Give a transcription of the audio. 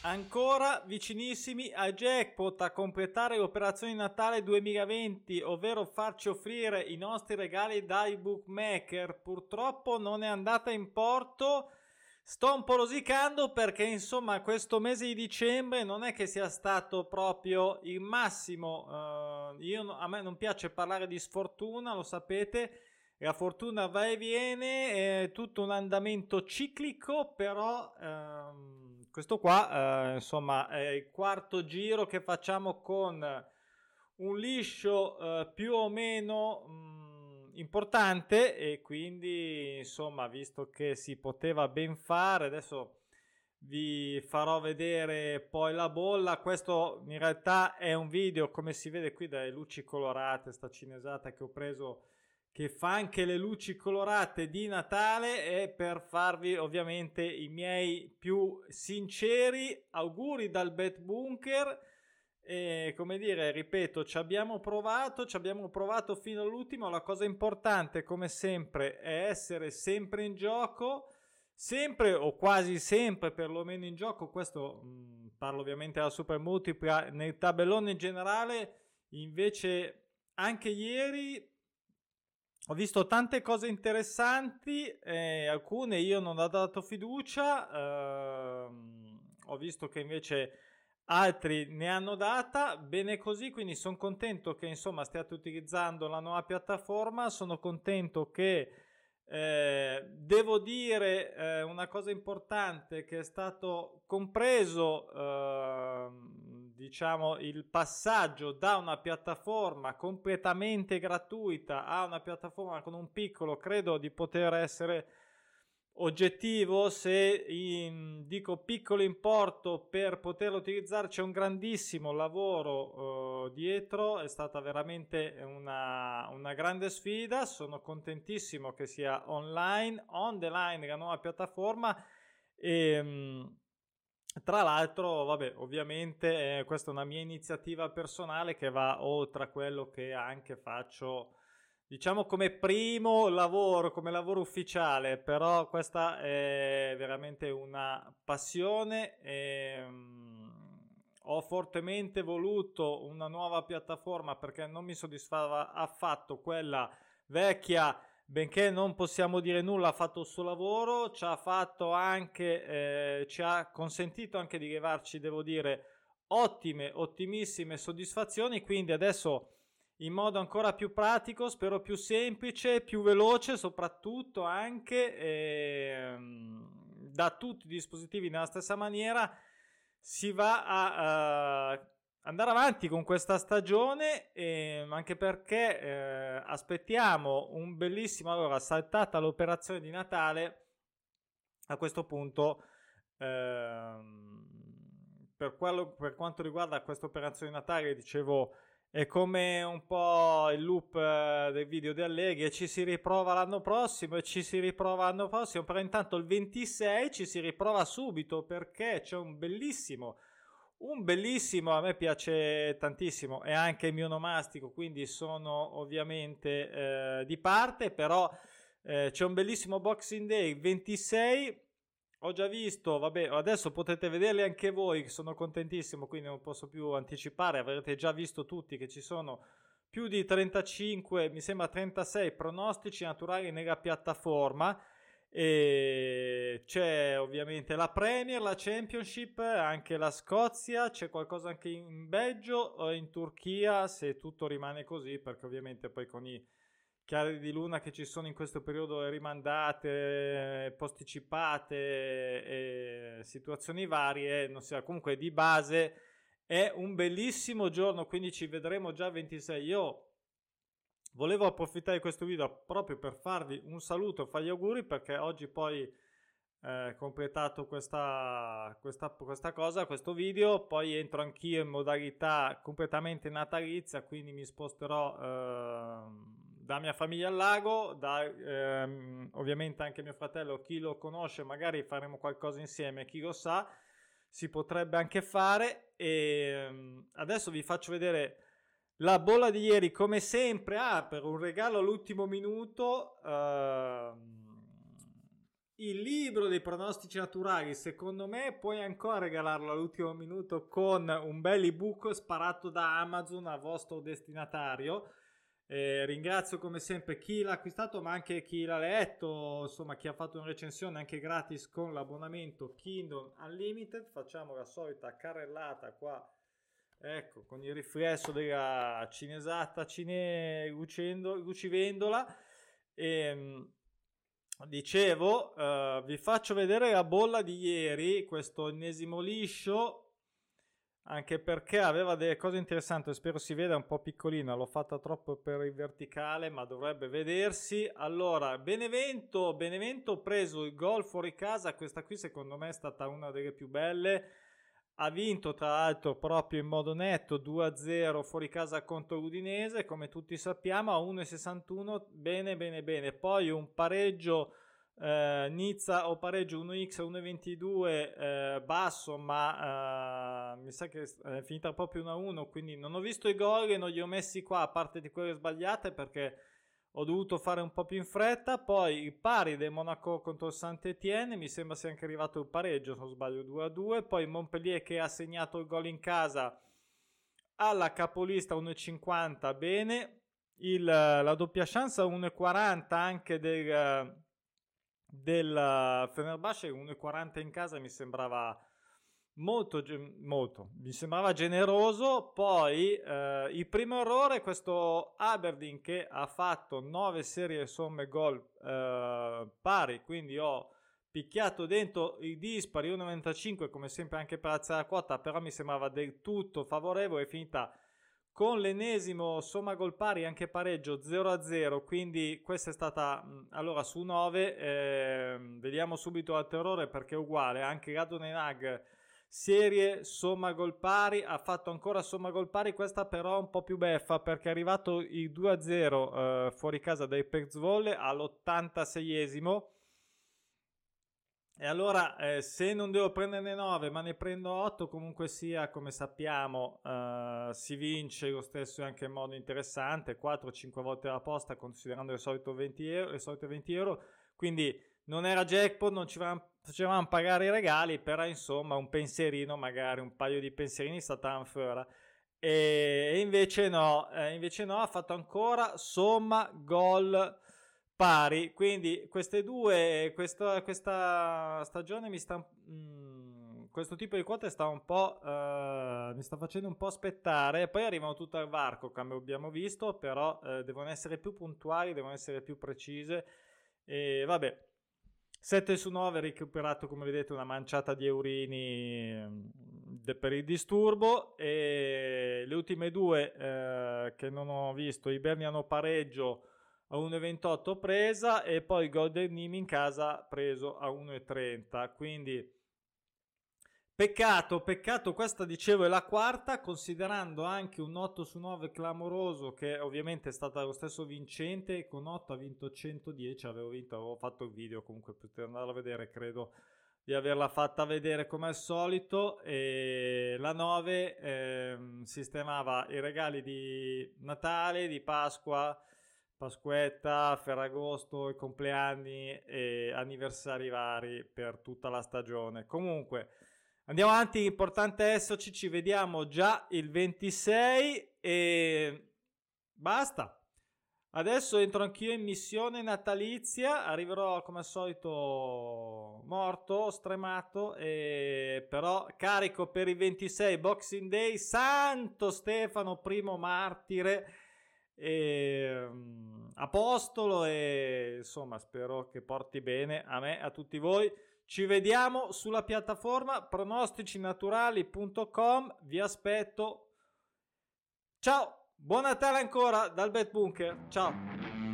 Ancora vicinissimi al jackpot, a completare l'operazione di Natale 2020, ovvero farci offrire i nostri regali dai bookmaker. Purtroppo non è andata in porto. Sto un po' rosicando perché insomma questo mese di dicembre non è che sia stato proprio il massimo. A me non piace parlare di sfortuna, lo sapete. La fortuna va e viene, è tutto un andamento ciclico, però questo qua insomma è il quarto giro che facciamo con un liscio più o meno importante, e quindi insomma, visto che si poteva ben fare, adesso vi farò vedere poi la bolla. Questo in realtà è un video, come si vede qui dalle luci colorate, sta cinesata che ho preso, che fa anche le luci colorate di Natale, e per farvi ovviamente i miei più sinceri auguri dal Bet Bunker. E come dire, ripeto, ci abbiamo provato fino all'ultimo. La cosa importante, come sempre, è essere sempre in gioco, sempre o quasi sempre perlomeno in gioco. Questo parlo ovviamente della Super Multipla. Nel tabellone in generale invece anche ieri ho visto tante cose interessanti, alcune io non ho dato fiducia, ho visto che invece altri ne hanno data, bene così, quindi sono contento che insomma stiate utilizzando la nuova piattaforma, sono contento che devo dire una cosa importante, che è stato compreso diciamo il passaggio da una piattaforma completamente gratuita a una piattaforma con un piccolo, credo di poter essere oggettivo se dico piccolo importo per poterlo utilizzare. C'è un grandissimo lavoro dietro, è stata veramente una grande sfida. Sono contentissimo che sia online, on the line, la nuova piattaforma. E tra l'altro, vabbè, ovviamente questa è una mia iniziativa personale che va oltre a quello che anche faccio, diciamo, come primo lavoro, come lavoro ufficiale, però questa è veramente una passione. Ho fortemente voluto una nuova piattaforma perché non mi soddisfava affatto quella vecchia. Benché non possiamo dire nulla, ha fatto il suo lavoro, ci ha fatto anche, ci ha consentito anche di levarci, devo dire, ottimissime soddisfazioni. Quindi adesso, in modo ancora più pratico, spero più semplice, più veloce, soprattutto anche da tutti i dispositivi nella stessa maniera, si va a andare avanti con questa stagione, anche perché aspettiamo un bellissimo, allora, saltata l'operazione di Natale, a questo punto per quanto riguarda questa operazione di Natale, dicevo, è come un po' il loop del video di Allegri, e ci si riprova l'anno prossimo e ci si riprova l'anno prossimo, però intanto il 26 ci si riprova subito, perché c'è un bellissimo, a me piace tantissimo, è anche il mio onomastico, quindi sono ovviamente di parte, però c'è un bellissimo Boxing Day 26. Ho già visto, vabbè, adesso potete vederli anche voi, che sono contentissimo, quindi non posso più anticipare, avrete già visto tutti che ci sono più di 35, mi sembra 36 pronostici naturali nella piattaforma. E c'è ovviamente la Premier, la Championship, anche la Scozia, c'è qualcosa anche in Belgio o in Turchia, se tutto rimane così, perché ovviamente poi con i chiari di luna che ci sono in questo periodo, rimandate, posticipate e situazioni varie, non so, comunque di base è un bellissimo giorno, quindi ci vedremo già il 26. Io volevo approfittare di questo video proprio per farvi un saluto, fargli auguri, perché oggi poi completato questa cosa, questo video, poi entro anch'io in modalità completamente natalizia, quindi mi sposterò da mia famiglia al lago, ovviamente anche mio fratello, chi lo conosce magari faremo qualcosa insieme, chi lo sa, si potrebbe anche fare. E adesso vi faccio vedere la bolla di ieri, come sempre. Per un regalo all'ultimo minuto il libro dei pronostici naturali, secondo me puoi ancora regalarlo all'ultimo minuto con un bel ebook sparato da Amazon a vostro destinatario. Ringrazio come sempre chi l'ha acquistato, ma anche chi l'ha letto, insomma chi ha fatto una recensione anche gratis con l'abbonamento Kindle Unlimited. Facciamo la solita carrellata qua, ecco, con il riflesso della cinesata lucivendola. Dicevo, vi faccio vedere la bolla di ieri, questo ennesimo liscio, anche perché aveva delle cose interessanti. Spero si veda, un po' piccolina, l'ho fatta troppo per il verticale, ma dovrebbe vedersi. Allora, Benevento ho preso il gol fuori casa, questa qui secondo me è stata una delle più belle. Ha vinto tra l'altro proprio in modo netto 2-0 fuori casa contro l'Udinese, come tutti sappiamo, a 1,61. Bene. Poi un pareggio Nizza o pareggio 1x a 1,22 basso, ma mi sa che è finita proprio 1-1, quindi non ho visto i gol e non li ho messi qua, a parte di quelle sbagliate, perché ho dovuto fare un po' più in fretta. Poi il pari del Monaco contro il Saint-Étienne, mi sembra sia anche arrivato il pareggio, se non sbaglio 2-2. Poi Montpellier che ha segnato il gol in casa alla capolista 1,50, bene. La doppia chance a 1,40 anche del Fenerbahce, 1,40 in casa mi sembrava molto, mi sembrava generoso. Poi il primo errore, questo Aberdeen che ha fatto 9 serie somme gol pari, quindi ho picchiato dentro i dispari 1,95 come sempre anche per alzare la quota, però mi sembrava del tutto favorevole. È finita con l'ennesimo somma gol pari, anche pareggio 0-0, quindi questa è stata allora su 9. Vediamo subito l'altro errore, perché è uguale anche Radonenag, serie somma gol pari, ha fatto ancora somma gol pari. Questa però è un po' più beffa, perché è arrivato il 2-0 fuori casa dai Perzvolle all'86esimo. E allora se non devo prenderne 9 ma ne prendo 8, comunque sia, come sappiamo, si vince lo stesso anche in modo interessante, 4-5 volte la posta, considerando le solite 20 euro, quindi non era jackpot, non ci facevamo pagare i regali, però insomma un pensierino, magari un paio di pensierini stavano fuori. E invece no, ha fatto ancora somma gol pari, quindi questa stagione mi sta questo tipo di quote sta un po' mi sta facendo un po' aspettare. Poi arrivano tutte al varco, come abbiamo visto, però devono essere più puntuali, devono essere più precise. E vabbè, 7 su 9 recuperato, come vedete, una manciata di eurini per il disturbo. E le ultime due che non ho visto, i Berniano pareggio a 1,28 presa, e poi Golden Nimi in casa preso a 1,30. Quindi peccato, questa dicevo è la quarta, considerando anche un 8 su 9 clamoroso, che ovviamente è stata lo stesso vincente. Con 8 ha vinto 110, avevo fatto il video, comunque potete andarlo a vedere, credo di averla fatta vedere come al solito. E la 9 sistemava i regali di Natale, di Pasqua, Pasquetta, Ferragosto, i compleanni e anniversari vari per tutta la stagione. Comunque andiamo avanti, importante esserci, ci vediamo già il 26 e basta. Adesso entro anch'io in missione natalizia, arriverò come al solito morto, stremato, però carico per il 26 Boxing Day, Santo Stefano, primo martire, apostolo, e insomma spero che porti bene a me, a tutti voi. Ci vediamo sulla piattaforma pronosticinaturali.com, vi aspetto. Ciao, buon Natale ancora dal Bet Bunker, ciao.